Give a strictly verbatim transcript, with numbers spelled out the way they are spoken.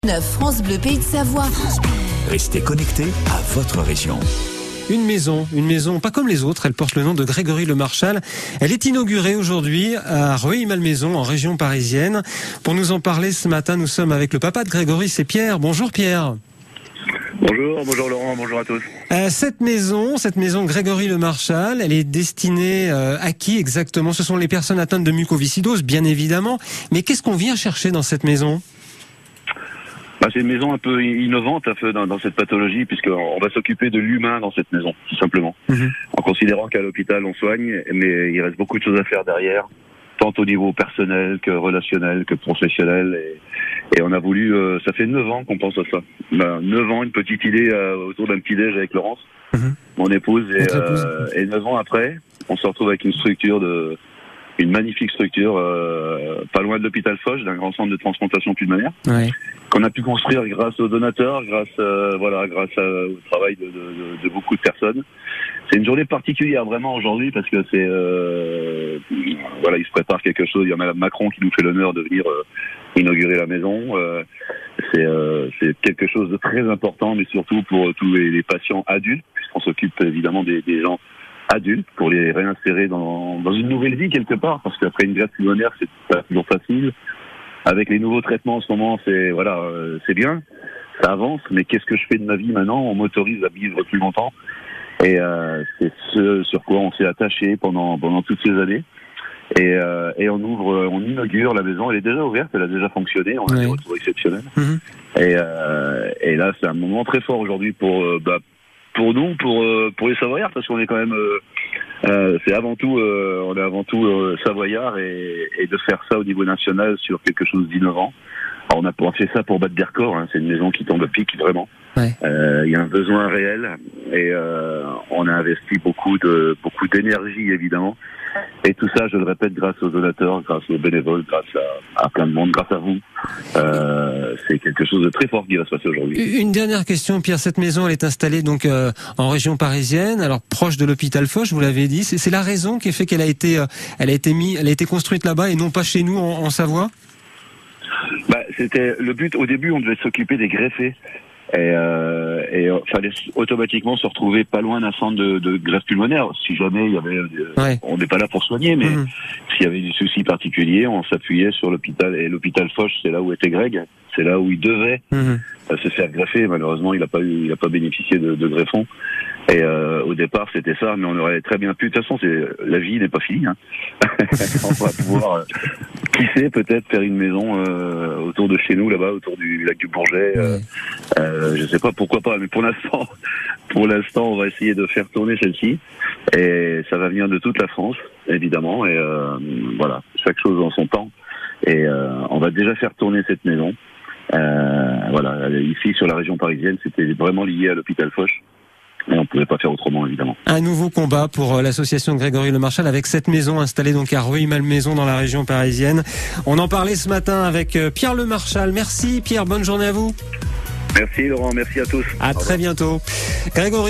neuf France Bleu Pays de Savoie. Restez connectés à votre région. Une maison, une maison pas comme les autres, elle porte le nom de Grégory Le Marchal. Elle est inaugurée aujourd'hui à Rueil-Malmaison en région parisienne. Pour nous en parler ce matin, nous sommes avec le papa de Grégory, c'est Pierre. Bonjour Pierre. Bonjour, bonjour Laurent, bonjour à tous. Euh, cette maison, cette maison Grégory Le Marchal, elle est destinée euh, à qui exactement? Ce sont les personnes atteintes de mucoviscidose, bien évidemment. Mais qu'est-ce qu'on vient chercher dans cette maison? Bah, c'est une maison un peu innovante un peu dans, dans cette pathologie, puisqu'on va s'occuper de l'humain dans cette maison, tout simplement. Mmh. En considérant qu'à l'hôpital on soigne, mais il reste beaucoup de choses à faire derrière, tant au niveau personnel que relationnel que professionnel. Et, et on a voulu, euh, ça fait neuf ans qu'on pense à ça. Bah, neuf ans, une petite idée euh, autour d'un petit déj avec Laurence, mmh. mon épouse, et, euh, et neuf ans après, on se retrouve avec une structure de... une magnifique structure, euh, pas loin de l'hôpital Foch, d'un grand centre de transplantation pulmonaire, ouais. qu'on a pu construire grâce aux donateurs, grâce, euh, voilà, grâce à, au travail de, de, de beaucoup de personnes. C'est une journée particulière vraiment aujourd'hui parce que c'est, euh, voilà, il se prépare quelque chose. Il y a Madame Macron qui nous fait l'honneur de venir euh, inaugurer la maison. Euh, c'est, euh, c'est quelque chose de très important, mais surtout pour tous les, les patients adultes, puisqu'on s'occupe évidemment des, des gens adultes pour les réinsérer dans, dans une nouvelle vie quelque part, parce qu'après une greffe pulmonaire c'est pas toujours facile. Avec les nouveaux traitements en ce moment, c'est voilà, euh, c'est bien, ça avance, mais qu'est-ce que je fais de ma vie maintenant? On m'autorise à vivre plus longtemps, et euh, c'est ce sur quoi on s'est attaché pendant pendant toutes ces années. Et, euh, et on ouvre, on inaugure la maison. Elle est déjà ouverte, elle a déjà fonctionné. On a oui. des retours exceptionnels. Mmh. Et, euh, et là, c'est un moment très fort aujourd'hui pour euh, bah, pour nous, pour euh, pour les Savoyards, parce qu'on est quand même, euh, euh, c'est avant tout, euh, on est avant tout euh, Savoyards, et, et de faire ça au niveau national sur quelque chose d'innovant. Alors on a, on a fait ça pour battre des records. Hein, c'est une maison qui tombe à pic vraiment. Il ouais. euh, y a un besoin réel, et euh, on a investi beaucoup de beaucoup d'énergie évidemment. Et tout ça, je le répète, grâce aux donateurs, grâce aux bénévoles, grâce à, à plein de monde, grâce à vous. Euh, c'est quelque chose de très fort qui va se passer aujourd'hui. Une dernière question, Pierre. Cette maison, elle est installée donc euh, en région parisienne, alors proche de l'hôpital Foch, vous l'avez dit. C'est, c'est la raison qui fait qu'elle a été, euh, elle a été mis, elle a été construite là-bas et non pas chez nous en, en Savoie. Bah, c'était le but. Au début, on devait s'occuper des greffés. Et, euh, et euh, fallait automatiquement se retrouver pas loin d'un centre de, de greffe pulmonaire. Si jamais il y avait, euh, ouais. on n'est pas là pour soigner, mais mmh. s'il y avait des soucis particuliers, on s'appuyait sur l'hôpital. Et l'hôpital Foch, c'est là où était Greg, c'est là où il devait mmh. euh, se faire greffer. Malheureusement, il n'a pas eu, il a pas bénéficié de, de greffons. Et euh, au départ, c'était ça, mais on aurait très bien pu. De toute façon, c'est la vie n'est pas finie. Hein. On va pouvoir, euh, qui sait, peut-être faire une maison euh, autour de chez nous, là-bas, autour du lac du Bourget. Euh, euh, je sais pas, pourquoi pas. Mais pour l'instant, pour l'instant, on va essayer de faire tourner celle-ci, et ça va venir de toute la France, évidemment. Et euh, voilà, chaque chose en son temps. Et euh, on va déjà faire tourner cette maison. Euh, voilà, ici sur la région parisienne, c'était vraiment lié à l'hôpital Foch. Et on ne pouvait pas faire autrement, évidemment. Un nouveau combat pour l'association Grégory Le Marchal avec cette maison installée donc à Rueil-Malmaison dans la région parisienne. On en parlait ce matin avec Pierre Le Marchal. Merci Pierre, bonne journée à vous. Merci Laurent, merci à tous. À très bientôt. Grégory